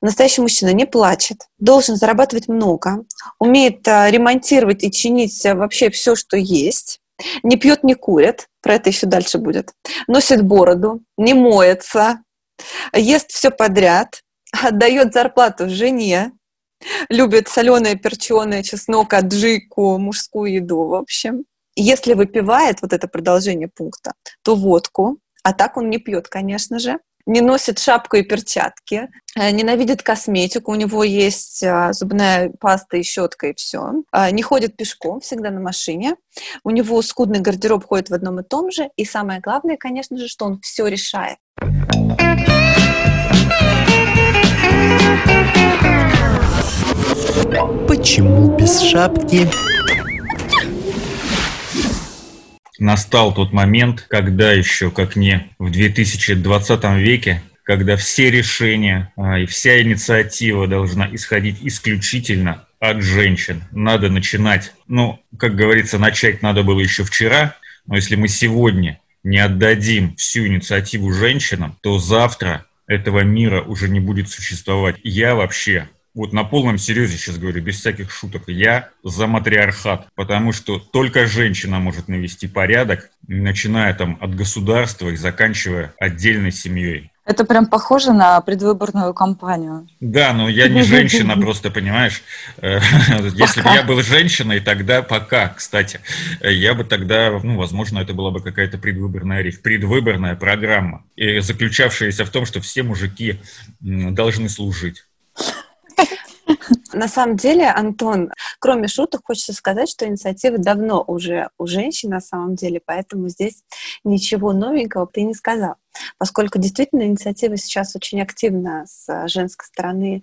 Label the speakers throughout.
Speaker 1: Настоящий мужчина не плачет, должен зарабатывать много, умеет ремонтировать и чинить вообще все, что есть, не пьет, не курит, про это еще дальше будет, носит бороду, не моется, ест все подряд, отдает зарплату жене, любит соленое, перченое, чеснок, аджику, мужскую еду, в общем. Если выпивает, вот это продолжение пункта, то водку, а так он не пьет, конечно же, не носит шапку и перчатки, ненавидит косметику, у него есть зубная паста и щетка, и все. Не ходит пешком, всегда на машине. У него скудный гардероб, ходит в одном и том же. И самое главное, конечно же, что он все решает.
Speaker 2: Почему без шапки?
Speaker 3: Настал тот момент, когда еще, как не в 2020 веке, когда все решения и вся инициатива должна исходить исключительно от женщин. Надо начинать, как говорится, начать надо было еще вчера, но если мы сегодня не отдадим всю инициативу женщинам, то завтра этого мира уже не будет существовать. Я вообще... Вот на полном серьезе сейчас говорю, без всяких шуток, я за матриархат, потому что только женщина может навести порядок, начиная там от государства и заканчивая отдельной семьей.
Speaker 4: Это прям похоже на предвыборную кампанию.
Speaker 3: Да, но я не женщина, просто, понимаешь, если бы я был женщиной, тогда кстати, я бы тогда, возможно, это была бы какая-то предвыборная программа, заключавшаяся в том, что все мужики должны служить.
Speaker 1: На самом деле, Антон, кроме шуток, хочется сказать, что инициатива давно уже у женщин на самом деле, поэтому здесь ничего новенького ты не сказал. Поскольку действительно инициатива сейчас очень активно с женской стороны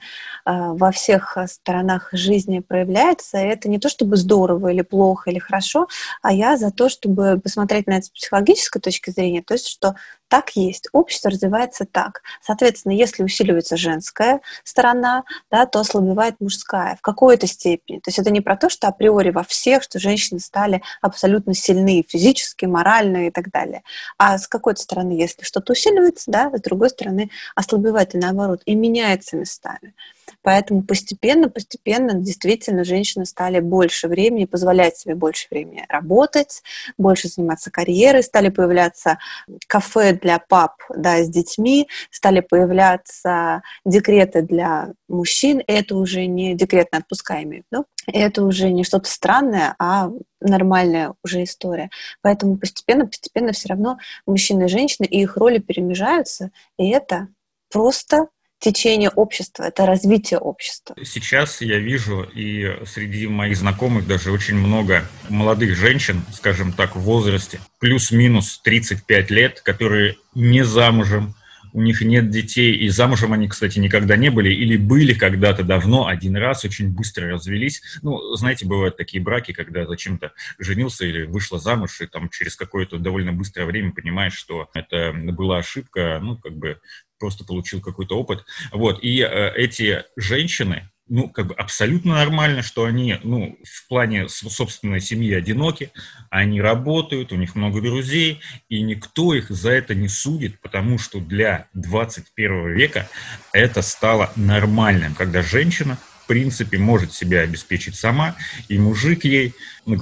Speaker 1: во всех сторонах жизни проявляется, и это не то чтобы здорово или плохо или хорошо, а я за то, чтобы посмотреть на это с психологической точки зрения, то есть что так есть, общество развивается так. Соответственно, если усиливается женская сторона, да, то ослабевает мужская в какой-то степени. То есть это не про то, что априори во всех, что женщины стали абсолютно сильны физически, морально и так далее. А с какой-то стороны, если что-то усиливается, да, с другой стороны ослабевает и наоборот, и меняется местами. Поэтому постепенно действительно женщины стали больше времени, позволять себе больше времени работать, больше заниматься карьерой, стали появляться кафе для пап, да, с детьми, стали появляться декреты для мужчин. Это уже не декретные отпуска, имею в виду. Это уже не что-то странное, а нормальная уже история. Поэтому постепенно все равно мужчины и женщины и их роли перемежаются, и это просто течение общества, это развитие общества.
Speaker 3: Сейчас я вижу, и среди моих знакомых даже очень много молодых женщин, скажем так, в возрасте, плюс-минус 35 лет, которые не замужем, у них нет детей, и замужем они, кстати, никогда не были, или были когда-то давно, один раз, очень быстро развелись. Знаете, бывают такие браки, когда зачем-то женился или вышла замуж, и там через какое-то довольно быстрое время понимаешь, что это была ошибка, просто получил какой-то опыт. И эти женщины, абсолютно нормально, что они, в плане собственной семьи одиноки, они работают, у них много друзей, и никто их за это не судит, потому что для 21 века это стало нормальным, когда женщина, в принципе, может себя обеспечить сама, и мужик ей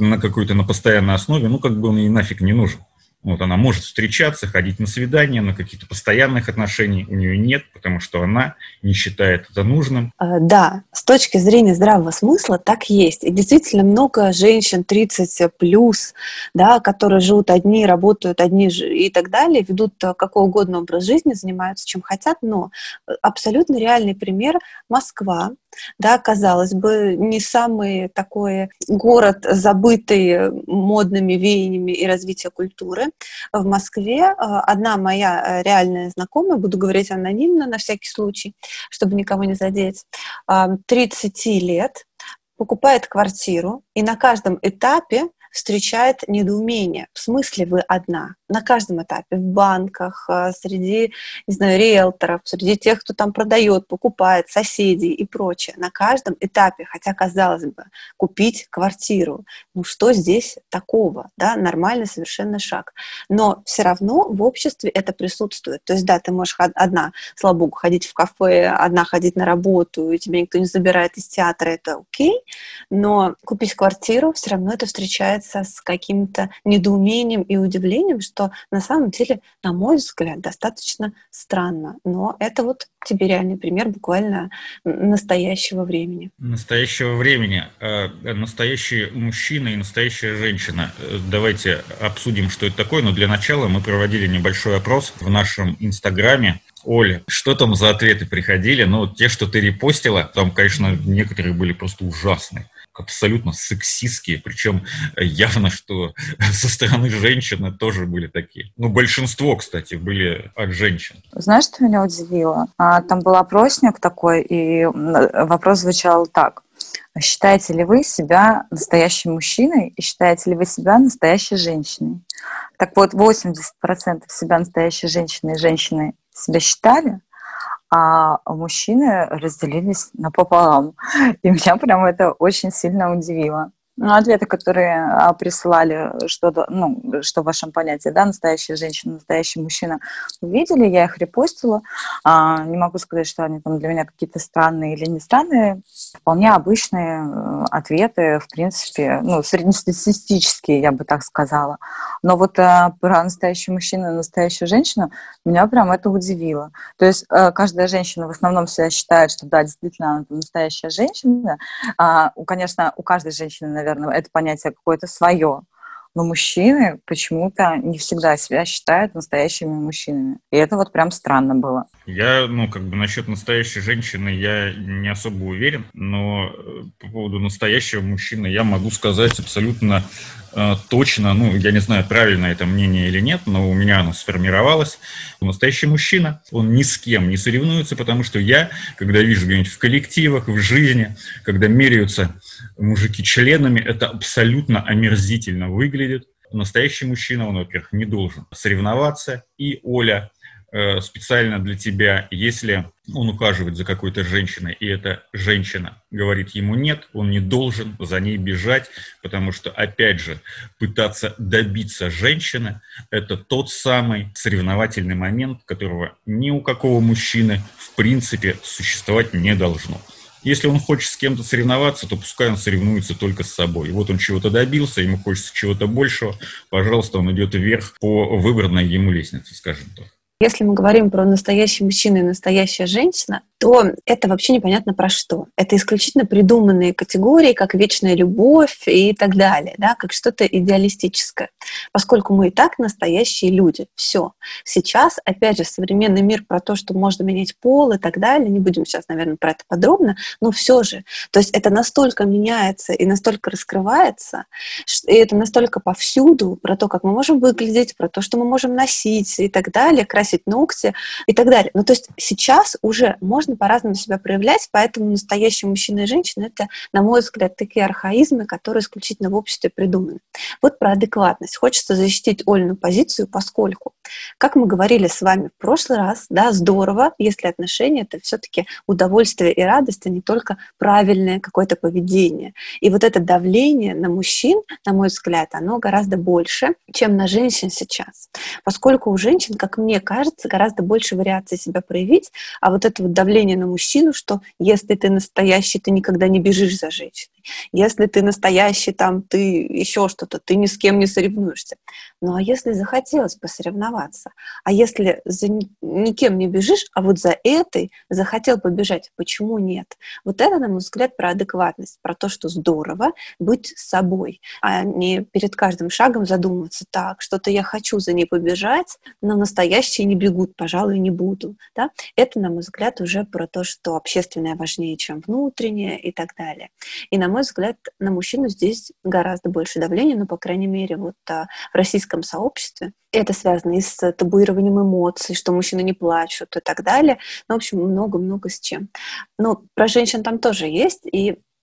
Speaker 3: на постоянной основе, он ей нафиг не нужен. Она может встречаться, ходить на свидания, но каких-то постоянных отношений у нее нет, потому что она не считает это нужным.
Speaker 1: Да, с точки зрения здравого смысла так есть. И действительно много женщин 30+, да, которые живут одни, работают одни и так далее, ведут какой угодно образ жизни, занимаются чем хотят, но абсолютно реальный пример — Москва. Да, казалось бы, не самый такой город, забытый модными веяниями и развитием культуры. В Москве одна моя реальная знакомая, буду говорить анонимно на всякий случай, чтобы никого не задеть, 30 лет, покупает квартиру, и на каждом этапе встречает недоумение. В смысле вы одна? На каждом этапе, в банках, среди, не знаю, риэлторов, среди тех, кто там продает, покупает, соседей и прочее. На каждом этапе, хотя, казалось бы, купить квартиру, ну что здесь такого, да, нормальный совершенно шаг. Но все равно в обществе это присутствует. То есть, да, ты можешь одна, слава богу, ходить в кафе, одна ходить на работу, и тебя никто не забирает из театра, это окей, но купить квартиру все равно это встречается с каким-то недоумением и удивлением, что на самом деле, на мой взгляд, достаточно странно. Но это вот тебе реальный пример буквально настоящего времени.
Speaker 3: Настоящего времени. Настоящий мужчина и настоящая женщина. Давайте обсудим, что это такое. Но для начала мы проводили небольшой опрос в нашем Инстаграме. Оля, что там за ответы приходили? Ну, те, что ты репостила, там, конечно, некоторые были просто ужасные. Абсолютно сексистские, причем явно, что со стороны женщины тоже были такие. Ну, большинство, кстати, были от женщин.
Speaker 4: Знаешь, что меня удивило? Там был опросник такой, и вопрос звучал так. Считаете ли вы себя настоящим мужчиной и считаете ли вы себя настоящей женщиной? Так вот, 80% себя настоящей женщиной и женщины себя считали, а мужчины разделились напополам. И меня прям это очень сильно удивило. Ну, ответы, которые присылали, что в вашем понятии, да, настоящая женщина, настоящий мужчина, видели, я их репостила. Не могу сказать, что они там для меня какие-то странные или не странные. Вполне обычные ответы, в принципе, ну, среднестатистические, я бы так сказала. Но вот про настоящий мужчину и настоящую женщину меня прям это удивило. То есть каждая женщина в основном себя считает, что да, действительно, она настоящая женщина. Конечно, у каждой женщины, наверное, это понятие какое-то свое. Но мужчины почему-то не всегда себя считают настоящими мужчинами. И это вот прям странно было.
Speaker 3: Я, насчет настоящей женщины я не особо уверен, но по поводу настоящего мужчины я могу сказать абсолютно точно, я не знаю, правильно это мнение или нет, но у меня оно сформировалось. Настоящий мужчина, он ни с кем не соревнуется, потому что я, когда вижу где-нибудь в коллективах, в жизни, когда меряются мужики членами, это абсолютно омерзительно выглядит. Настоящий мужчина, он, во-первых, не должен соревноваться. И, Оля, специально для тебя, если он ухаживает за какой-то женщиной, и эта женщина говорит ему нет, он не должен за ней бежать, потому что, опять же, пытаться добиться женщины – это тот самый соревновательный момент, которого ни у какого мужчины в принципе существовать не должно. Если он хочет с кем-то соревноваться, то пускай он соревнуется только с собой. Вот он чего-то добился, ему хочется чего-то большего, пожалуйста, он идет вверх по выбранной ему лестнице, скажем так.
Speaker 1: Если мы говорим про настоящий мужчина и настоящая женщина, то это вообще непонятно про что. Это исключительно придуманные категории, как вечная любовь и так далее, да, как что-то идеалистическое. Поскольку мы и так настоящие люди. Все. Сейчас, опять же, современный мир про то, что можно менять пол и так далее, не будем сейчас, наверное, про это подробно, но все же. То есть это настолько меняется и настолько раскрывается, и это настолько повсюду, про то, как мы можем выглядеть, про то, что мы можем носить и так далее, красить ногти и так далее. Ну, то есть сейчас уже можно по-разному себя проявлять, поэтому настоящий мужчина и женщина — это, на мой взгляд, такие архаизмы, которые исключительно в обществе придуманы. Вот про адекватность. Хочется защитить Олину позицию, поскольку, как мы говорили с вами в прошлый раз, да, здорово, если отношения — это все-таки удовольствие и радость, а не только правильное какое-то поведение. И вот это давление на мужчин, на мой взгляд, оно гораздо больше, чем на женщин сейчас. Поскольку у женщин, как мне кажется, гораздо больше вариаций себя проявить, а вот это вот давление на мужчину, что если ты настоящий, ты никогда не бежишь за женщиной. Если ты настоящий, там, ты еще что-то, ты ни с кем не соревнуешься. Ну, а если захотелось посоревноваться? А если за никем не бежишь, а вот за этой захотел побежать, почему нет? Вот это, на мой взгляд, про адекватность, про то, что здорово быть собой, а не перед каждым шагом задумываться, так, что-то я хочу за ней побежать, но настоящие не бегут, пожалуй, не буду. Да? Это, на мой взгляд, уже про то, что общественное важнее, чем внутреннее и так далее. И, на мой взгляд, на мужчину здесь гораздо больше давления, но, по крайней мере, вот в российском сообществе. Это связано и с табуированием эмоций, что мужчины не плачут и так далее. Ну, в общем, много-много с чем. Но про женщин там тоже есть, и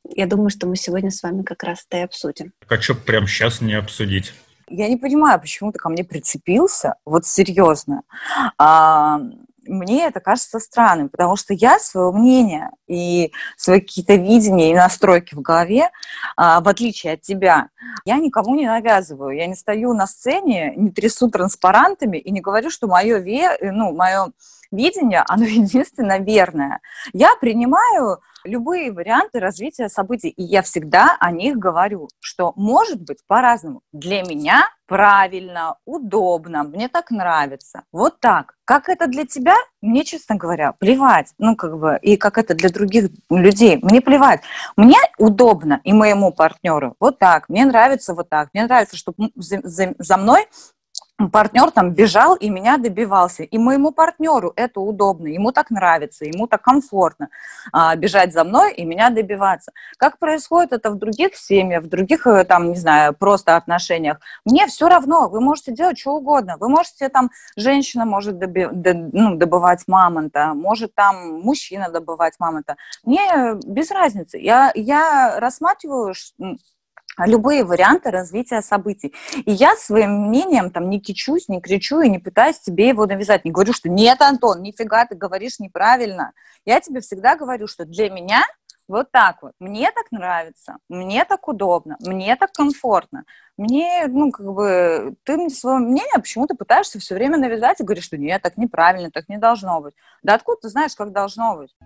Speaker 1: я думаю, что мы сегодня с вами как раз это и обсудим.
Speaker 3: А что прямо сейчас не обсудить?
Speaker 4: Я не понимаю, почему ты ко мне прицепился, вот серьезно. Мне это кажется странным, потому что я свое мнение и свои какие-то видения и настройки в голове, в отличие от тебя, я никому не навязываю. Я не стою на сцене, не трясу транспарантами и не говорю, что мое видение, оно единственно верное. Я принимаю любые варианты развития событий, и я всегда о них говорю, что может быть по-разному. Для меня правильно, удобно, мне так нравится. Вот так. Как это для тебя, мне, честно говоря, плевать. И как это для других людей, мне плевать. Мне удобно и моему партнеру вот так. Мне нравится вот так. Мне нравится, чтобы за мной партнер там бежал и меня добивался. И моему партнеру это удобно, ему так нравится, ему так комфортно бежать за мной и меня добиваться. Как происходит это в других семьях, в других, просто отношениях, мне все равно, вы можете делать что угодно. Вы можете, женщина может добывать мамонта, может мужчина добывать мамонта. Мне без разницы. Я рассматриваю любые варианты развития событий. И я своим мнением не кичусь, не кричу и не пытаюсь тебе его навязать. Не говорю, что нет, Антон, нифига, ты говоришь неправильно. Я тебе всегда говорю, что для меня вот так вот. Мне так нравится, мне так удобно, мне так комфортно. Мне, ты мне свое мнение почему-то пытаешься все время навязать и говоришь, что нет, так неправильно, так не должно быть. Да откуда ты знаешь, как должно быть?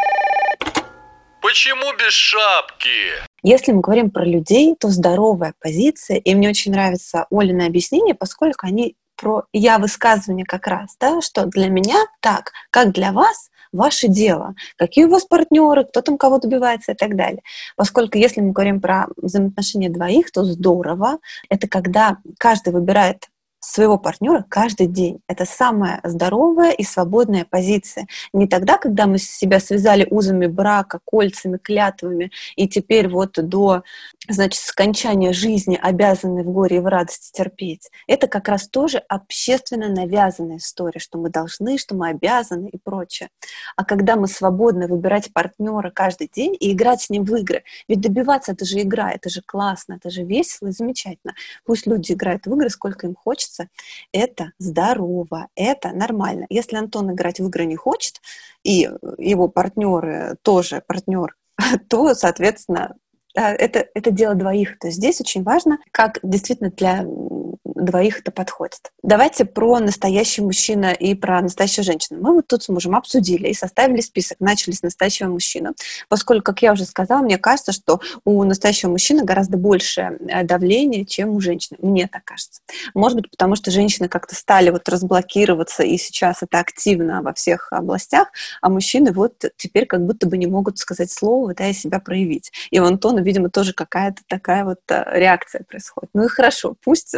Speaker 2: Почему без шапки?
Speaker 1: Если мы говорим про людей, то здоровая позиция, и мне очень нравится Олина объяснение, поскольку они про я-высказывание как раз, да, что для меня так, как для вас, ваше дело, какие у вас партнеры, кто там кого добивается и так далее. Поскольку если мы говорим про взаимоотношения двоих, то здорово, это когда каждый выбирает своего партнера каждый день. Это самая здоровая и свободная позиция. Не тогда, когда мы себя связали узами брака, кольцами, клятвами, и теперь до, скончания жизни обязаны в горе и в радости терпеть. Это как раз тоже общественно навязанная история, что мы должны, что мы обязаны и прочее. А когда мы свободны выбирать партнера каждый день и играть с ним в игры, ведь добиваться — это же игра, это же классно, это же весело и замечательно. Пусть люди играют в игры, сколько им хочется, это здорово, это нормально. Если Антон играть в игры не хочет, и его партнеры тоже партнер, то, соответственно, это дело двоих. То есть здесь очень важно, как действительно для двоих это подходит. Давайте про настоящий мужчина и про настоящую женщину. Мы тут с мужем обсудили и составили список. Начали с настоящего мужчины. Поскольку, как я уже сказала, мне кажется, что у настоящего мужчины гораздо больше давления, чем у женщины. Мне так кажется. Может быть, потому что женщины как-то стали разблокироваться, и сейчас это активно во всех областях, а мужчины теперь как будто бы не могут сказать слово, и себя проявить. И у Антона, видимо, тоже какая-то такая реакция происходит. Ну и хорошо, пусть,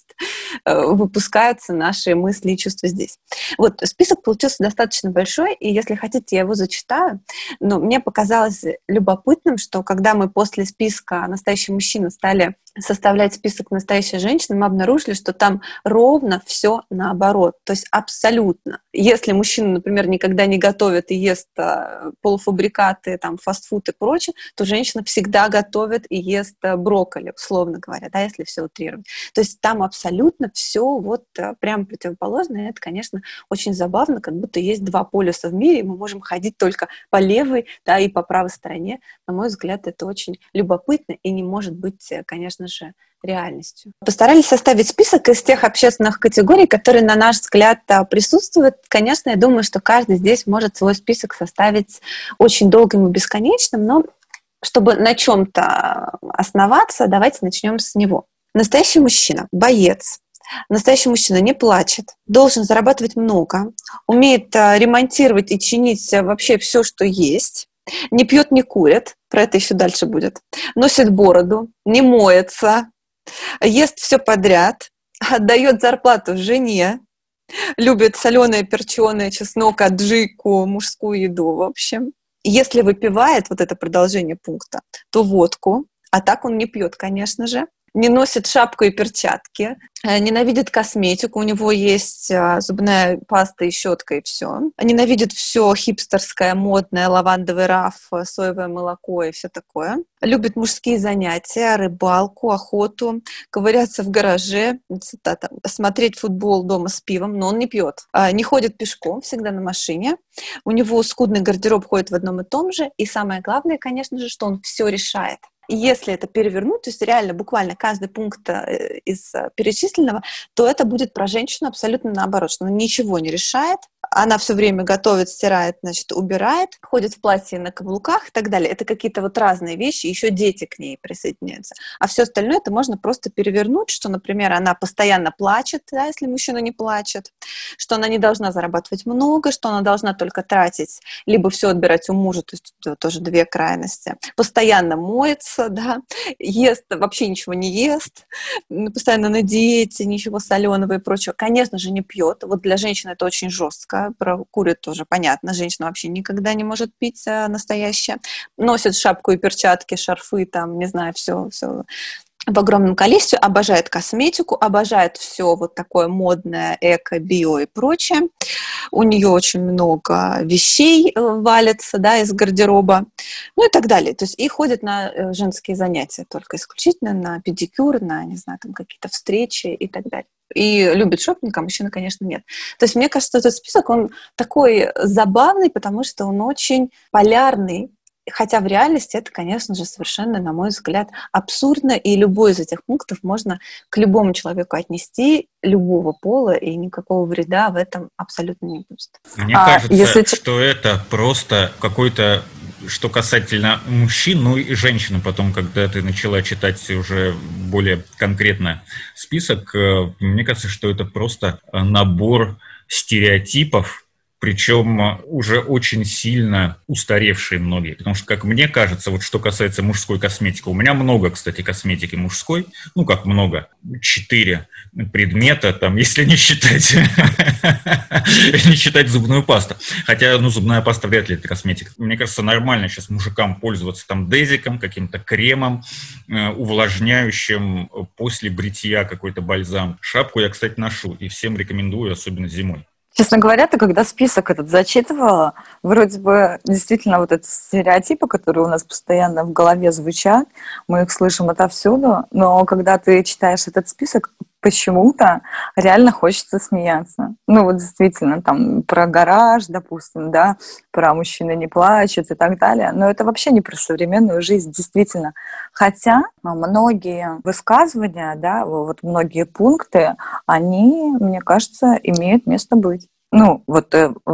Speaker 1: выпускаются наши мысли и чувства здесь. Список получился достаточно большой, и если хотите, я его зачитаю. Но мне показалось любопытным, что когда мы после списка «Настоящий мужчина» стали составлять список «Настоящая женщина», мы обнаружили, что там ровно все наоборот. То есть абсолютно. Если мужчина, например, никогда не готовит и ест полуфабрикаты, фастфуд и прочее, то женщина всегда готовит и ест брокколи, условно говоря, если все утрировать. То есть там абсолютно все прям противоположное. И это, конечно, очень забавно, как будто есть два полюса в мире, и мы можем ходить только по левой, и по правой стороне. На мой взгляд, это очень любопытно и не может быть, конечно же, реальностью. Постарались составить список из тех общественных категорий, которые, на наш взгляд, присутствуют. Конечно, я думаю, что каждый здесь может свой список составить очень долгим и бесконечным, но чтобы на чем-то основаться, давайте начнем с него. Настоящий мужчина, боец. Настоящий мужчина не плачет, должен зарабатывать много, умеет ремонтировать и чинить вообще все, что есть, не пьет, не курит, про это еще дальше будет, носит бороду, не моется, ест все подряд, отдает зарплату жене, любит соленое, перченое, чеснок, аджику, мужскую еду, в общем. Если выпивает, это продолжение пункта, то водку, а так он не пьет, конечно же. не носит шапку и перчатки, ненавидит косметику, у него есть зубная паста и щетка, и все. Ненавидит все хипстерское, модное, лавандовый раф, соевое молоко и все такое. Любит мужские занятия, рыбалку, охоту, ковыряться в гараже, цитата, смотреть футбол дома с пивом, но он не пьет. Не ходит пешком, всегда на машине. У него скудный гардероб, ходит в одном и том же. И самое главное, конечно же, что он все решает. И если это перевернуть, то есть реально буквально каждый пункт из перечисленного, то это будет про женщину абсолютно наоборот, что она ничего не решает, она все время готовит, стирает, значит, убирает, ходит в платье на каблуках и так далее. Это какие-то вот разные вещи, еще дети к ней присоединяются. А все остальное это можно просто перевернуть, что, например, она постоянно плачет, да, если мужчина не плачет, что она не должна зарабатывать много, что она должна только тратить, либо все отбирать у мужа, то есть тоже две крайности. Постоянно моется, да, ест, вообще ничего не ест, постоянно на диете, ничего соленого и прочего. Конечно же, не пьет. Вот для женщины это очень жестко. Про курит тоже понятно. Женщина вообще никогда не может пить настоящее. Носит шапку и перчатки, шарфы, там, не знаю, все в огромном количестве, обожает косметику, обожает все вот такое модное, эко, био и прочее. У нее очень много вещей валится, да, из гардероба, ну и так далее. То есть и ходит на женские занятия только исключительно, на педикюр, на, не знаю, там какие-то встречи и так далее. И любит шопинг, а мужчина, конечно, нет. То есть мне кажется, этот список, он такой забавный, потому что он очень полярный. Хотя в реальности это, конечно же, совершенно, на мой взгляд, абсурдно, и любой из этих пунктов можно к любому человеку отнести, любого пола, и никакого вреда в этом абсолютно не будет.
Speaker 3: Мне кажется, что это просто какой-то, что касательно мужчин, ну и женщин, потом, когда ты начала читать уже более конкретно список, мне кажется, что это просто набор стереотипов, причем уже очень сильно устаревшие многие. Потому что, как мне кажется, вот что касается мужской косметики, у меня много, кстати, косметики мужской, ну как много, 4 предмета, там, если не считать, не считать зубную пасту. Хотя, ну, зубная паста вряд ли это косметика. Мне кажется, нормально сейчас мужикам пользоваться там дезиком, каким-то кремом, увлажняющим после бритья какой-то бальзам. Шапку я, кстати, ношу и всем рекомендую, особенно зимой.
Speaker 4: Честно говоря, ты когда список этот зачитывала, вроде бы действительно вот эти стереотипы, которые у нас постоянно в голове звучат, мы их слышим отовсюду, но когда ты читаешь этот список, почему-то реально хочется смеяться. Ну вот действительно, там про гараж, допустим, да, про мужчины не плачут и так далее, но это вообще не про современную жизнь, действительно. Хотя многие высказывания, да, вот многие пункты, они, мне кажется, имеют место быть. Ну, вот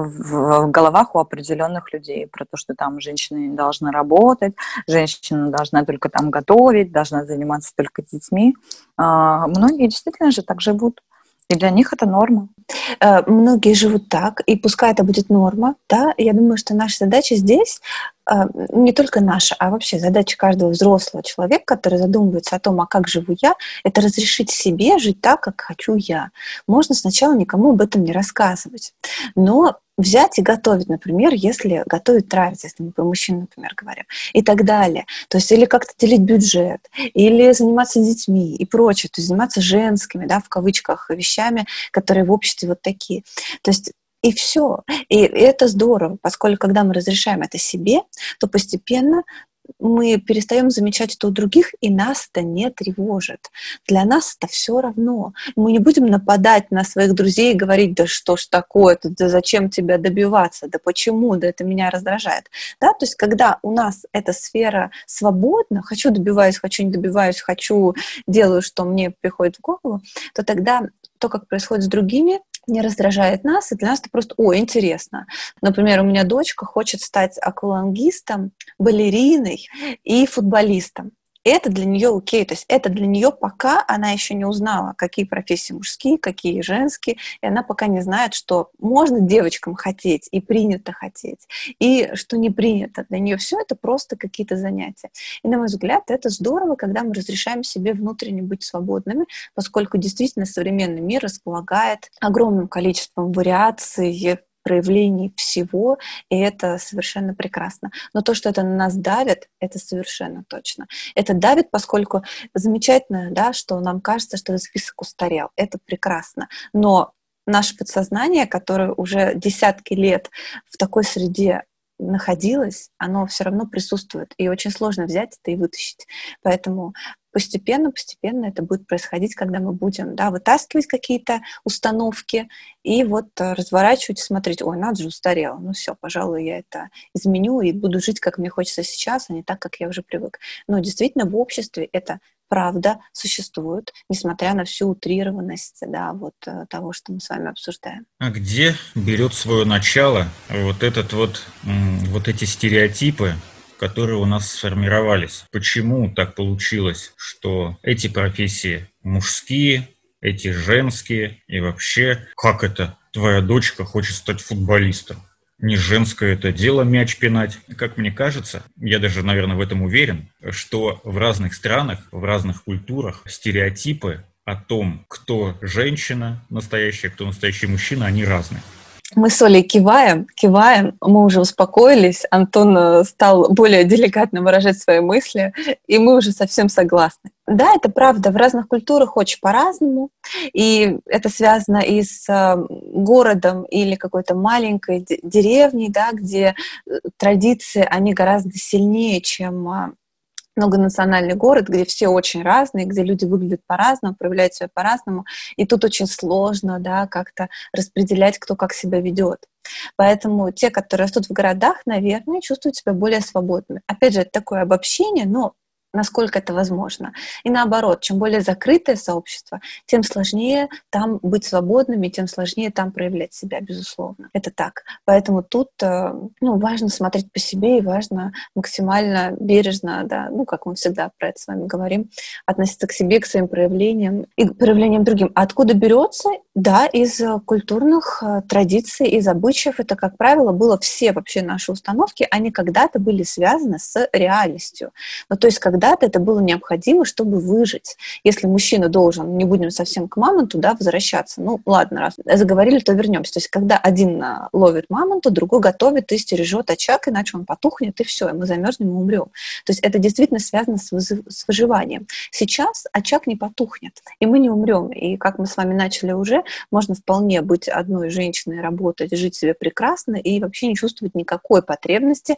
Speaker 4: в головах у определенных людей про то, что там женщина не должна работать, женщина должна только там готовить, должна заниматься только детьми. Многие действительно же так живут. И для них это норма.
Speaker 1: Многие живут так, и пускай это будет норма, да, я думаю, что наша задача здесь, не только наша, а вообще задача каждого взрослого человека, который задумывается о том, а как живу я, это разрешить себе жить так, как хочу я. Можно сначала никому об этом не рассказывать, но взять и готовить, например, если готовить нравится, если мы про мужчин, например, говорим, и так далее. То есть или как-то делить бюджет, или заниматься детьми и прочее, то есть заниматься женскими, да, в кавычках, вещами, которые в обществе вот такие. То есть и все. И это здорово, поскольку когда мы разрешаем это себе, то постепенно мы перестаем замечать это у других, и нас это не тревожит. Для нас это все равно. Мы не будем нападать на своих друзей и говорить, да что ж такое, да зачем тебя добиваться, да почему, да это меня раздражает. Да? То есть когда у нас эта сфера свободна, хочу добиваюсь, хочу не добиваюсь, хочу делаю, что мне приходит в голову, то тогда то, как происходит с другими, не раздражает нас, и для нас это просто, интересно. Например, у меня дочка хочет стать аквалангистом, балериной и футболистом. Это для нее окей, то есть это для нее пока она еще не узнала, какие профессии мужские, какие женские, и она пока не знает, что можно девочкам хотеть и принято хотеть, и что не принято. Для нее все это просто какие-то занятия. И, на мой взгляд, это здорово, когда мы разрешаем себе внутренне быть свободными, поскольку действительно современный мир располагает огромным количеством вариаций, проявлений всего, и это совершенно прекрасно. Но то, что это на нас давит, это совершенно точно. Это давит, поскольку замечательно, да, что нам кажется, что этот список устарел. Это прекрасно. Но наше подсознание, которое уже десятки лет в такой среде находилось, оно все равно присутствует. И очень сложно взять это и вытащить. Поэтому постепенно это будет происходить, когда мы будем, да, вытаскивать какие-то установки и вот разворачивать и смотреть, ой, надо же, устарело. Ну все, пожалуй, я это изменю и буду жить, как мне хочется сейчас, а не так, как я уже привык. Но действительно в обществе это правда существует, несмотря на всю утрированность, да, вот того, что мы с вами обсуждаем.
Speaker 3: А где берет свое начало вот эти стереотипы, которые у нас сформировались? Почему так получилось, что эти профессии мужские, эти женские, и вообще, как это твоя дочка хочет стать футболистом? Не женское это дело мяч пинать. Как мне кажется, я даже, наверное, в этом уверен, что в разных странах, в разных культурах стереотипы о том, кто женщина настоящая, кто настоящий мужчина, они разные.
Speaker 1: Мы с Олей киваем, мы уже успокоились, Антон стал более деликатно выражать свои мысли, и мы уже совсем согласны. Да, это правда, в разных культурах очень по-разному, и это связано и с городом или какой-то маленькой деревней, да, где традиции, они гораздо сильнее, чем многонациональный город, где все очень разные, где люди выглядят по-разному, проявляют себя по-разному, и тут очень сложно, да, как-то распределять, кто как себя ведет. Поэтому те, которые растут в городах, наверное, чувствуют себя более свободными. Опять же, это такое обобщение, но насколько это возможно. И наоборот, чем более закрытое сообщество, тем сложнее там быть свободными, тем сложнее там проявлять себя, безусловно. Это так. Поэтому тут важно смотреть по себе и важно максимально бережно, да, как мы всегда про это с вами говорим, относиться к себе, к своим проявлениям и к проявлениям другим. А откуда берется? Да, из культурных традиций, из обычаев. Это, как правило, было все вообще наши установки, они когда-то были связаны с реальностью. То есть, когда-то это было необходимо, чтобы выжить. Если мужчина должен, не будем совсем к мамонту, да, возвращаться, ладно, раз заговорили, то вернемся. То есть, когда один ловит мамонта, другой готовит и стережет очаг, иначе он потухнет, и все, и мы замерзнем и умрем. То есть, это действительно связано с выживанием. Сейчас очаг не потухнет, и мы не умрем. И как мы с вами начали уже, можно вполне быть одной женщиной, работать, жить себе прекрасно и вообще не чувствовать никакой потребности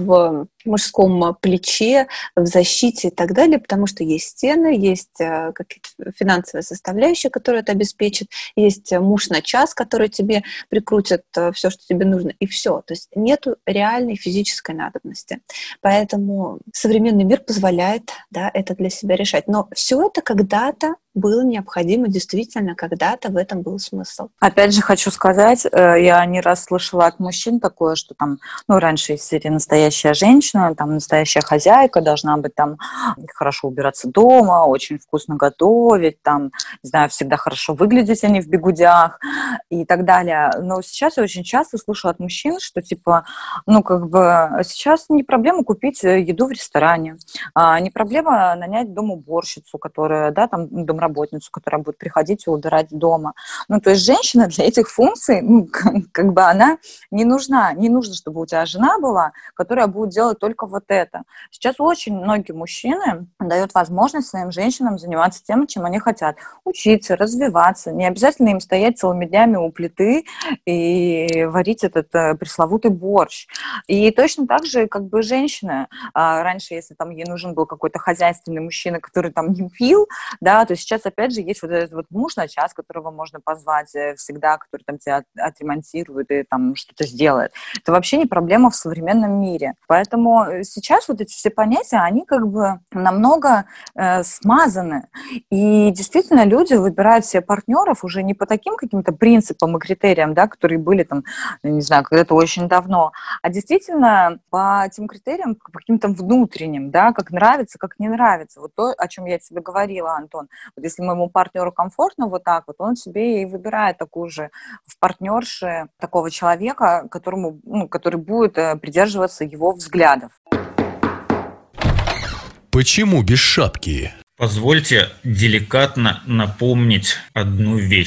Speaker 1: в мужском плече, в защите и так далее, потому что есть стены, есть какие-то финансовые составляющие, которые это обеспечат, есть муж на час, который тебе прикрутит все, что тебе нужно, и все. То есть нету реальной физической надобности. Поэтому современный мир позволяет, да, это для себя решать. Но все это когда-то было необходимо, действительно, когда-то в этом был смысл.
Speaker 4: Опять же хочу сказать, я не раз слышала от мужчин такое, что там, раньше из серии настоящая женщина, там настоящая хозяйка, должна быть там хорошо убираться дома, очень вкусно готовить, там, не знаю, всегда хорошо выглядеть, а не в бигудях и так далее. Но сейчас я очень часто слышу от мужчин, что типа, сейчас не проблема купить еду в ресторане, не проблема нанять домоуборщицу, которая, да, там, домработницу, которая будет приходить и убирать дома. То есть женщина для этих функций, она не нужна. Не нужно, чтобы у тебя жена была, которая будет делать только вот это. Сейчас очень многие мужчины дают возможность своим женщинам заниматься тем, чем они хотят. Учиться, развиваться. Не обязательно им стоять целыми днями у плиты и варить этот пресловутый борщ. И точно так же, женщина, раньше, если там ей нужен был какой-то хозяйственный мужчина, который там не пил, да, то сейчас, опять же, есть вот этот вот муж на час, которого можно позвать всегда, который там тебя отремонтирует и там что-то сделает. Это вообще не проблема в современном мире. Поэтому сейчас вот эти все понятия, они намного смазаны. И действительно люди выбирают себе партнеров уже не по таким каким-то принципам и критериям, да, которые были там, не знаю, когда-то очень давно, а действительно по тем критериям, по каким-то внутренним, да, как нравится, как не нравится. Вот то, о чем я тебе говорила, Антон. Вот если моему партнеру комфортно вот так вот, он себе и выбирает такую же в партнерше такого человека, который будет придерживаться его взглядов.
Speaker 2: Почему без шапки?
Speaker 3: Позвольте деликатно напомнить одну вещь.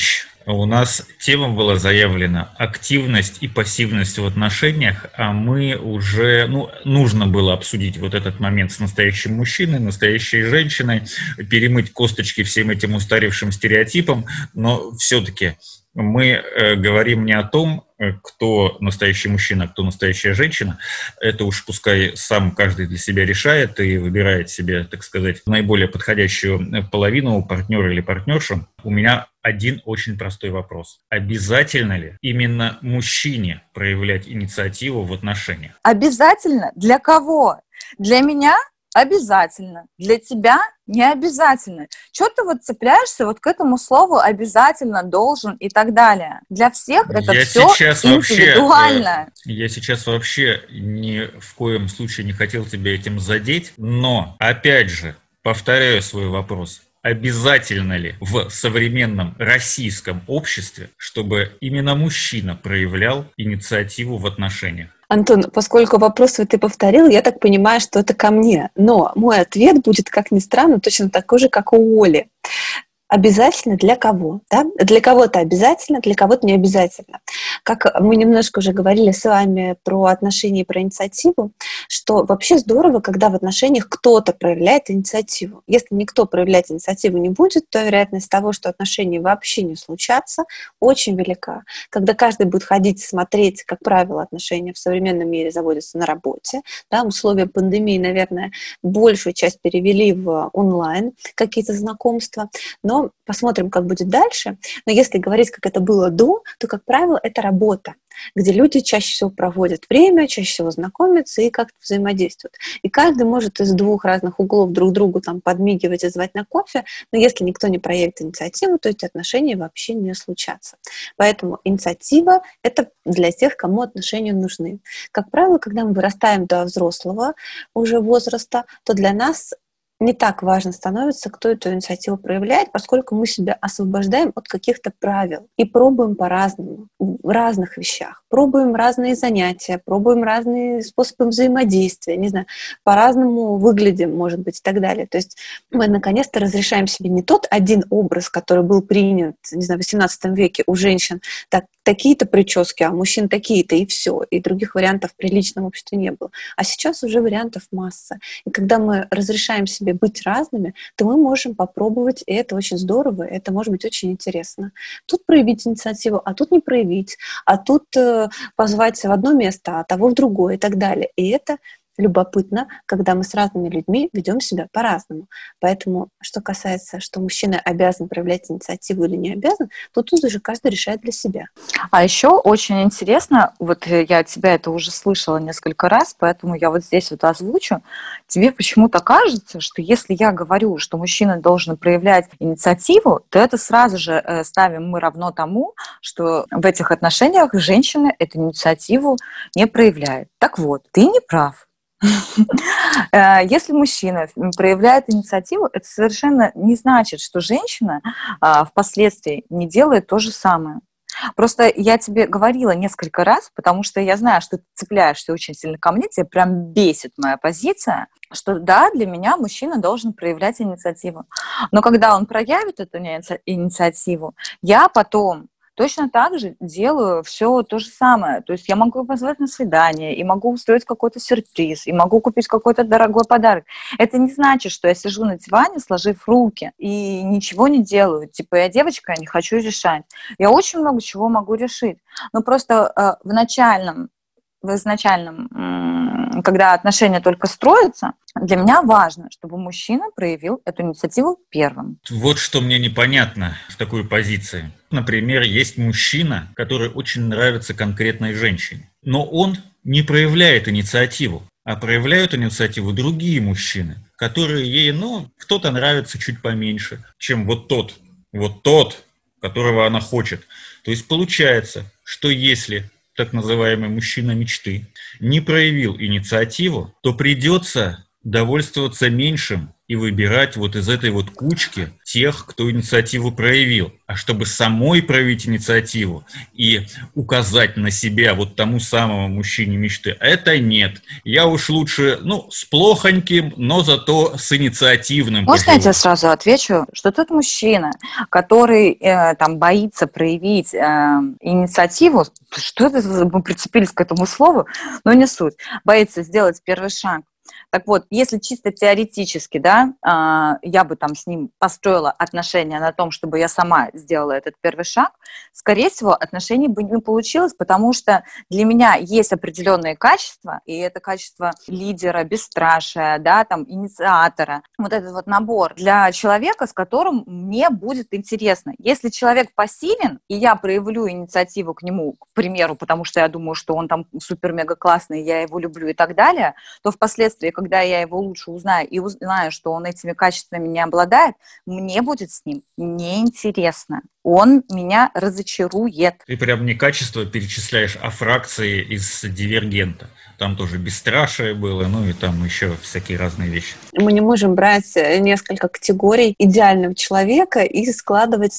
Speaker 3: У нас тема была заявлена активность и пассивность в отношениях, а мы уже, нужно было обсудить вот этот момент с настоящим мужчиной, настоящей женщиной, перемыть косточки всем этим устаревшим стереотипам, но все-таки мы говорим не о том, кто настоящий мужчина, кто настоящая женщина. Это уж пускай сам каждый для себя решает и выбирает себе, так сказать, наиболее подходящую половину, партнера или партнершу. У меня один очень простой вопрос. Обязательно ли именно мужчине проявлять инициативу в отношениях?
Speaker 4: Обязательно? Для кого? Для меня обязательно. Для тебя не обязательно. Чего ты вот цепляешься вот к этому слову обязательно, должен и так далее? Для всех это все индивидуально.
Speaker 3: Я сейчас вообще ни в коем случае не хотел тебя этим задеть, но, опять же, повторяю свой вопрос. Обязательно ли в современном российском обществе, чтобы именно мужчина проявлял инициативу в отношениях?
Speaker 1: Антон, поскольку вопрос ты повторил, я так понимаю, что это ко мне. Но мой ответ будет, как ни странно, точно такой же, как у Оли. Обязательно для кого? Да? Для кого-то обязательно, для кого-то не обязательно. Как мы немножко уже говорили с вами про отношения и про инициативу, что вообще здорово, когда в отношениях кто-то проявляет инициативу. Если никто проявлять инициативу не будет, то вероятность того, что отношения вообще не случатся, очень велика. Когда каждый будет ходить, смотреть, как правило, отношения в современном мире заводятся на работе. Да, условия пандемии, наверное, большую часть перевели в онлайн, какие-то знакомства. Но посмотрим, как будет дальше. Но если говорить, как это было до, то, как правило, это работа, где люди чаще всего проводят время, чаще всего знакомятся и как-то взаимодействуют. И каждый может из двух разных углов друг другу там подмигивать и звать на кофе, но если никто не проявит инициативу, то эти отношения вообще не случатся. Поэтому инициатива – это для тех, кому отношения нужны. Как правило, когда мы вырастаем до взрослого уже возраста, то для нас не так важно становится, кто эту инициативу проявляет, поскольку мы себя освобождаем от каких-то правил и пробуем по-разному, в разных вещах. Пробуем разные занятия, пробуем разные способы взаимодействия, не знаю, по-разному выглядим, может быть, и так далее. То есть мы наконец-то разрешаем себе не тот один образ, который был принят, не знаю, в XVIII веке у женщин, такие-то прически, а у мужчин такие-то, и все. И других вариантов в приличном обществе не было. А сейчас уже вариантов масса. И когда мы разрешаем себе быть разными, то мы можем попробовать, и это очень здорово, и это может быть очень интересно. Тут проявить инициативу, а тут не проявить, а тут позвать в одно место, а того в другое и так далее. И это любопытно, когда мы с разными людьми ведем себя по-разному. Поэтому, что касается, что мужчина обязан проявлять инициативу или не обязан, то тут уже каждый решает для себя.
Speaker 4: А еще очень интересно, вот я от тебя это уже слышала несколько раз, поэтому я вот здесь вот озвучу. Тебе почему-то кажется, что если я говорю, что мужчина должен проявлять инициативу, то это сразу же ставим мы равно тому, что в этих отношениях женщина эту инициативу не проявляет. Так вот, ты не прав. Если мужчина проявляет инициативу, это совершенно не значит, что женщина впоследствии не делает то же самое. Просто я тебе говорила несколько раз, потому что я знаю, что ты цепляешься очень сильно ко мне, тебя прям бесит моя позиция, что да, для меня мужчина должен проявлять инициативу. Но когда он проявит эту инициативу, я потом точно так же делаю все то же самое. То есть я могу позвать на свидание, и могу устроить какой-то сюрприз, и могу купить какой-то дорогой подарок. Это не значит, что я сижу на диване, сложив руки, и ничего не делаю. Типа, я девочка, я не хочу решать. Я очень много чего могу решить. Но просто в изначальном, когда отношения только строятся, для меня важно, чтобы мужчина проявил эту инициативу первым.
Speaker 3: Вот что мне непонятно в такой позиции. Например, есть мужчина, который очень нравится конкретной женщине, но он не проявляет инициативу, а проявляют инициативу другие мужчины, которые ей, кто-то нравится чуть поменьше, чем вот тот, которого она хочет. То есть получается, что если так называемый мужчина мечты не проявил инициативу, то придется довольствоваться меньшим и выбирать вот из этой вот кучки тех, кто инициативу проявил. А чтобы самой проявить инициативу и указать на себя вот тому самому мужчине мечты, это нет. Я уж лучше, с плохоньким, но зато с инициативным
Speaker 4: Можно я тебе
Speaker 3: поживу.
Speaker 4: сразу отвечу, что тот мужчина, который там боится проявить инициативу, что это мы прицепились к этому слову, но не суть, боится сделать первый шаг. Так вот, если чисто теоретически, да, я бы там с ним построила отношения на том, чтобы я сама сделала этот первый шаг, скорее всего, отношений бы не получилось, потому что для меня есть определенные качества, и это качество лидера, бесстрашия, да, там, инициатора, вот этот вот набор для человека, с которым мне будет интересно. Если человек пассивен, и я проявлю инициативу к нему, к примеру, потому что я думаю, что он там супер-мега классный, я его люблю и так далее, то впоследствии, когда я его лучше узнаю и узнаю, что он этими качествами не обладает, мне будет с ним неинтересно. Он меня разочарует.
Speaker 3: Ты прям не качество перечисляешь, а фракции из «Дивергента». Там тоже бесстрашие было, и там еще всякие разные вещи.
Speaker 1: Мы не можем брать несколько категорий идеального человека и складывать,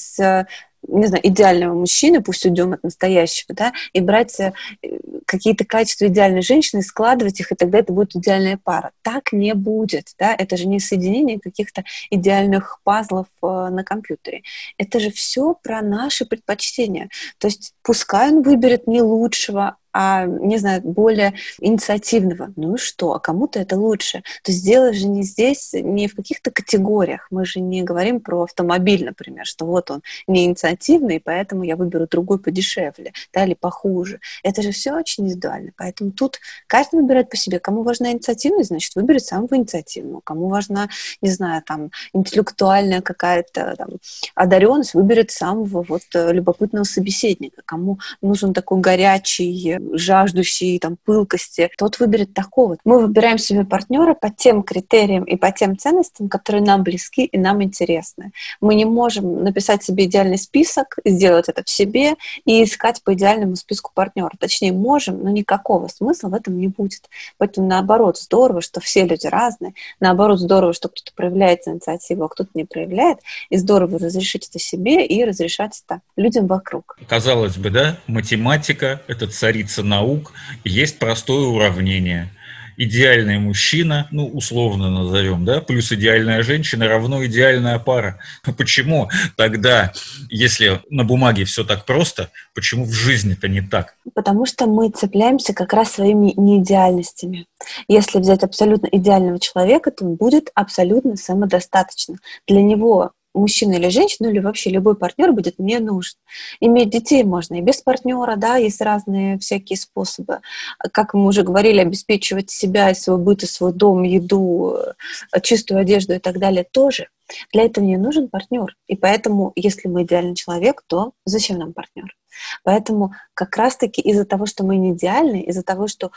Speaker 1: не знаю, идеального мужчины, пусть уйдем от настоящего, да, и брать какие-то качества идеальной женщины, складывать их, и тогда это будет идеальная пара. Так не будет, да, это же не соединение каких-то идеальных пазлов на компьютере. Это же все про наши предпочтения. То есть пускай он выберет не лучшего, а, не знаю, более инициативного. Ну и что? А кому-то это лучше. То есть дело же не здесь, не в каких-то категориях. Мы же не говорим про автомобиль, например, что вот он не инициативный, поэтому я выберу другой подешевле, да, или похуже. Это же все очень индивидуально. Поэтому тут каждый выбирает по себе. Кому важна инициативность, значит, выберет самого инициативного. Кому важна, не знаю, там, интеллектуальная какая-то там одаренность, выберет самого вот любопытного собеседника. Кому нужен такой горячий, жаждущий там пылкости, тот выберет такого. Мы выбираем себе партнера по тем критериям и по тем ценностям, которые нам близки и нам интересны. Мы не можем написать себе идеальный список, сделать это в себе и искать по идеальному списку партнера. Точнее, можем, но никакого смысла в этом не будет. Поэтому, наоборот, здорово, что все люди разные. Наоборот, здорово, что кто-то проявляет инициативу, а кто-то не проявляет. И здорово разрешить это себе и разрешать это людям вокруг.
Speaker 3: Казалось бы, да, математика – это царица наук, есть простое уравнение. Идеальный мужчина, условно назовем, да, плюс идеальная женщина равно идеальная пара. Почему тогда, если на бумаге все так просто, почему в жизни-то не так?
Speaker 1: Потому что мы цепляемся как раз своими неидеальностями. Если взять абсолютно идеального человека, то он будет абсолютно самодостаточным. Для него мужчина или женщина, или вообще любой партнер будет мне нужен. Иметь детей можно и без партнера, да, есть разные всякие способы. Как мы уже говорили, обеспечивать себя и свой быт, и свой дом, еду, чистую одежду и так далее тоже. Для этого не нужен партнер. И поэтому, если мы идеальный человек, то зачем нам партнер? Поэтому как раз-таки из-за того, что мы не идеальны, из-за того, что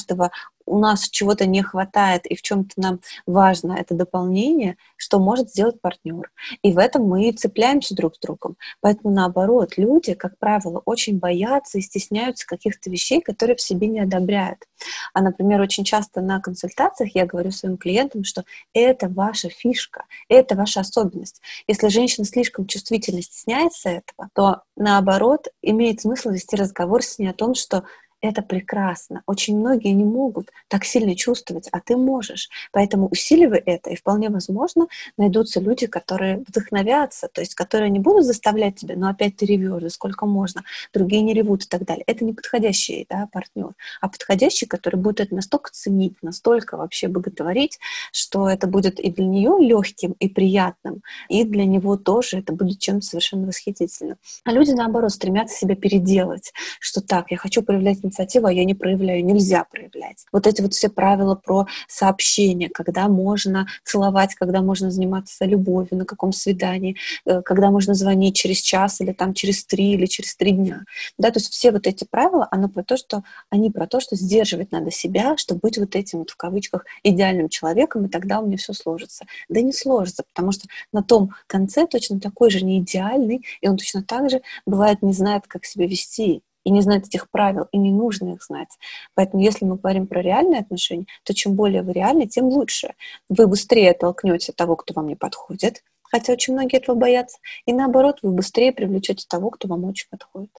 Speaker 1: у нас чего-то не хватает и в чем-то нам важно это дополнение, что может сделать партнер. И в этом мы и цепляемся друг с другом. Поэтому наоборот, люди, как правило, очень боятся и стесняются каких-то вещей, которые в себе не одобряют. А, например, очень часто на консультациях я говорю своим клиентам, что это ваша фишка, это ваша особенность. Если женщина слишком чувствительно стесняется этого, то наоборот, имеет смысл вести разговор с ней о том, что это прекрасно. Очень многие не могут так сильно чувствовать, а ты можешь. Поэтому усиливай это, и вполне возможно найдутся люди, которые вдохновятся, то есть которые не будут заставлять тебя, но опять ты ревешь, да сколько можно, другие не ревут и так далее. Это не подходящий, да, партнер, а подходящий, который будет это настолько ценить, настолько вообще боготворить, что это будет и для нее легким и приятным, и для него тоже это будет чем-то совершенно восхитительным. А люди, наоборот, стремятся себя переделать, что так, я хочу проявлять инициативу, а я не проявляю, нельзя проявлять. Вот эти вот все правила про сообщение, когда можно целовать, когда можно заниматься любовью, на каком свидании, когда можно звонить через час или там через 3 или через 3 дня. Да, то есть все вот эти правила, они про то, что сдерживать надо себя, чтобы быть вот этим вот в кавычках идеальным человеком, и тогда у меня все сложится. Да не сложится, потому что на том конце точно такой же не идеальный, и он точно так же бывает не знает, как себя вести. и не знает этих правил, и не нужно их знать. Поэтому если мы говорим про реальные отношения, то чем более вы реальны, тем лучше. Вы быстрее оттолкнете того, кто вам не подходит, хотя очень многие этого боятся, и наоборот, вы быстрее привлечете того, кто вам очень подходит.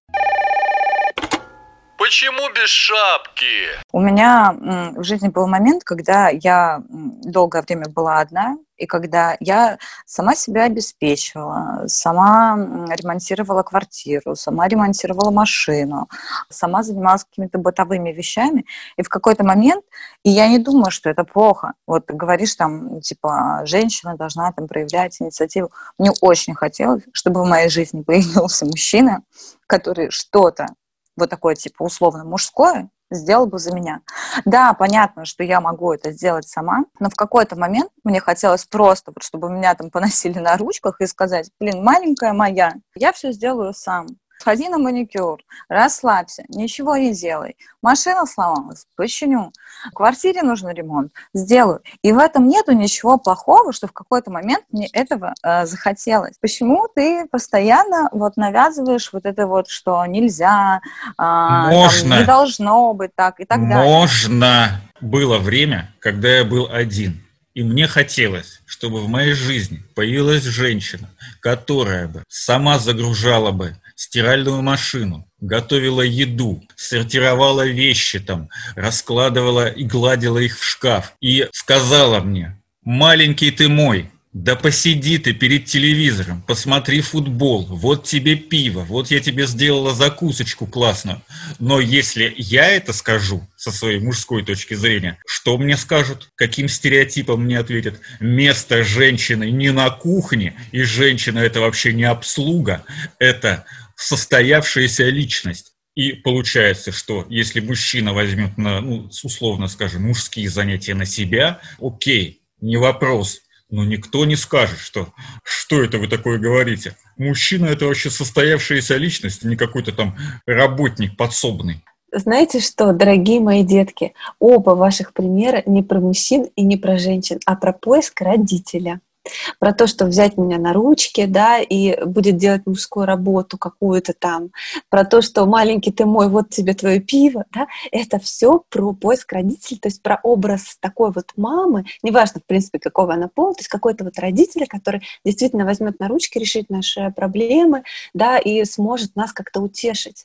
Speaker 2: Почему без шапки?
Speaker 4: У меня в жизни был момент, когда я долгое время была одна, и когда я сама себя обеспечивала, сама ремонтировала квартиру, сама ремонтировала машину, сама занималась какими-то бытовыми вещами, и в какой-то момент, и я не думаю, что это плохо. Вот ты говоришь там, типа, женщина должна там проявлять инициативу. Мне очень хотелось, чтобы в моей жизни появился мужчина, который что-то вот такое, типа, условно мужское, сделал бы за меня. Да, понятно, что я могу это сделать сама, но в какой-то момент мне хотелось просто, вот, чтобы меня там поносили на ручках и сказать: блин, маленькая моя, я все сделаю сам. Сходи на маникюр, расслабься, ничего не делай. Машина сломалась, починю. В квартире нужен ремонт, сделаю. И в этом нету ничего плохого, что в какой-то момент мне этого захотелось. Почему ты постоянно вот навязываешь вот это вот, что нельзя, там, не должно быть так и так далее?
Speaker 3: Можно. Было время, когда я был один. И мне хотелось, чтобы в моей жизни появилась женщина, которая бы сама загружала бы стиральную машину, готовила еду, сортировала вещи там, раскладывала и гладила их в шкаф. И сказала мне: маленький ты мой, да посиди ты перед телевизором, посмотри футбол, вот тебе пиво, вот я тебе сделала закусочку классную. Но если я это скажу со своей мужской точки зрения, что мне скажут? Каким стереотипом мне ответят? Место женщины не на кухне, и женщина — это вообще не обслуга, это состоявшаяся личность. И получается, что если мужчина возьмет условно скажем, мужские занятия на себя, окей, не вопрос. Но никто не скажет, что это вы такое говорите. Мужчина — это вообще состоявшаяся личность, не какой-то там работник подсобный.
Speaker 1: Знаете что, дорогие мои детки, оба ваших примера не про мужчин и не про женщин, а про поиск родителя. Про то, что взять меня на ручки, да, и будет делать мужскую работу какую-то там, про то, что маленький ты мой, вот тебе твое пиво, да, это все про поиск родителей, то есть про образ такой вот мамы, неважно, в принципе, какого она пола, то есть какой-то вот родителя, который действительно возьмет на ручки, решить наши проблемы, да, и сможет нас как-то утешить.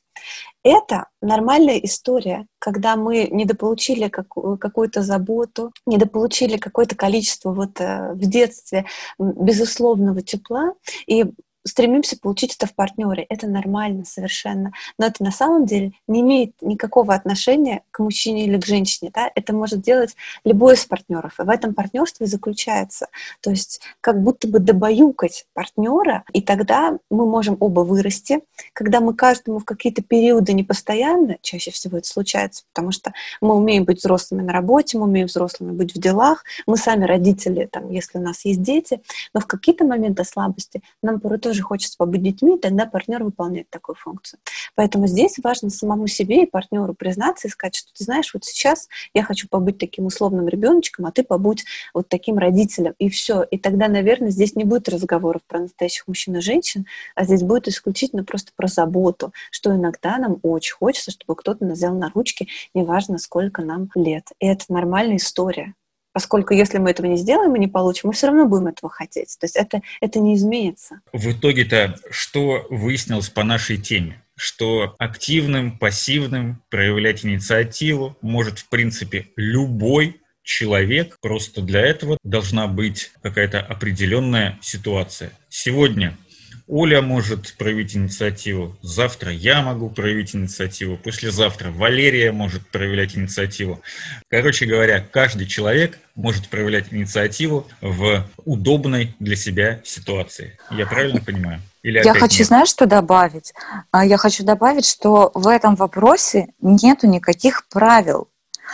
Speaker 1: Это нормальная история, когда мы недополучили какую-то заботу, недополучили какое-то количество вот в детстве безусловного тепла, и стремимся получить это в партнере. Это нормально совершенно. Но это на самом деле не имеет никакого отношения к мужчине или к женщине. Да? Это может делать любой из партнеров. И в этом партнерстве заключается. То есть как будто бы добаюкать партнера, и тогда мы можем оба вырасти. Когда мы каждому в какие-то периоды непостоянно, чаще всего это случается, потому что мы умеем быть взрослыми на работе, мы умеем взрослыми быть в делах, мы сами родители, там, если у нас есть дети, но в какие-то моменты слабости нам порой тоже хочется побыть детьми, тогда партнер выполняет такую функцию. Поэтому здесь важно самому себе и партнеру признаться и сказать, что ты знаешь, вот сейчас я хочу побыть таким условным ребеночком, а ты побудь вот таким родителем, и все. И тогда, наверное, здесь не будет разговоров про настоящих мужчин и женщин, а здесь будет исключительно просто про заботу, что иногда нам очень хочется, чтобы кто-то нас взял на ручки, неважно, сколько нам лет. И это нормальная история. Поскольку если мы этого не сделаем и не получим, мы все равно будем этого хотеть. То есть это не изменится.
Speaker 3: В итоге-то что выяснилось по нашей теме? Что активным, пассивным проявлять инициативу может, в принципе, любой человек. Просто для этого должна быть какая-то определенная ситуация. Сегодня Оля может проявить инициативу, завтра я могу проявить инициативу, послезавтра Валерия может проявлять инициативу. Короче говоря, каждый человек может проявлять инициативу в удобной для себя ситуации. Я правильно понимаю? Или
Speaker 4: я хочу, нет? Знаешь, что добавить? Я хочу добавить, что в этом вопросе нету никаких правил.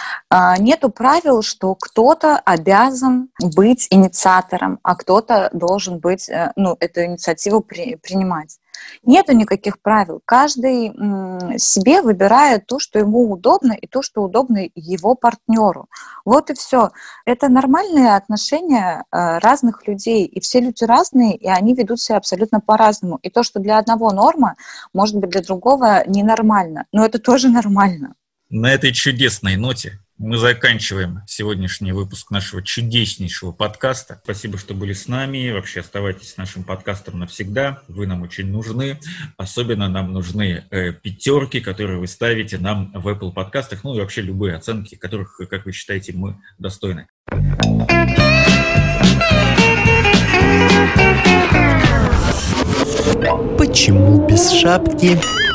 Speaker 4: Нету правил, что кто-то обязан быть инициатором, а кто-то должен быть, эту инициативу принимать. Нету никаких правил. Каждый себе выбирает то, что ему удобно, и то, что удобно его партнеру. Вот и все. Это нормальные отношения разных людей. И все люди разные, и они ведут себя абсолютно по-разному. И то, что для одного норма, может быть, для другого ненормально. Но это тоже нормально.
Speaker 3: На этой чудесной ноте мы заканчиваем сегодняшний выпуск нашего чудеснейшего подкаста. Спасибо, что были с нами. Вообще оставайтесь с нашим подкастом навсегда. Вы нам очень нужны. Особенно нам нужны пятерки, которые вы ставите нам в Apple подкастах. Ну и вообще любые оценки, которых, как вы считаете, мы достойны.
Speaker 5: Почему без шапки?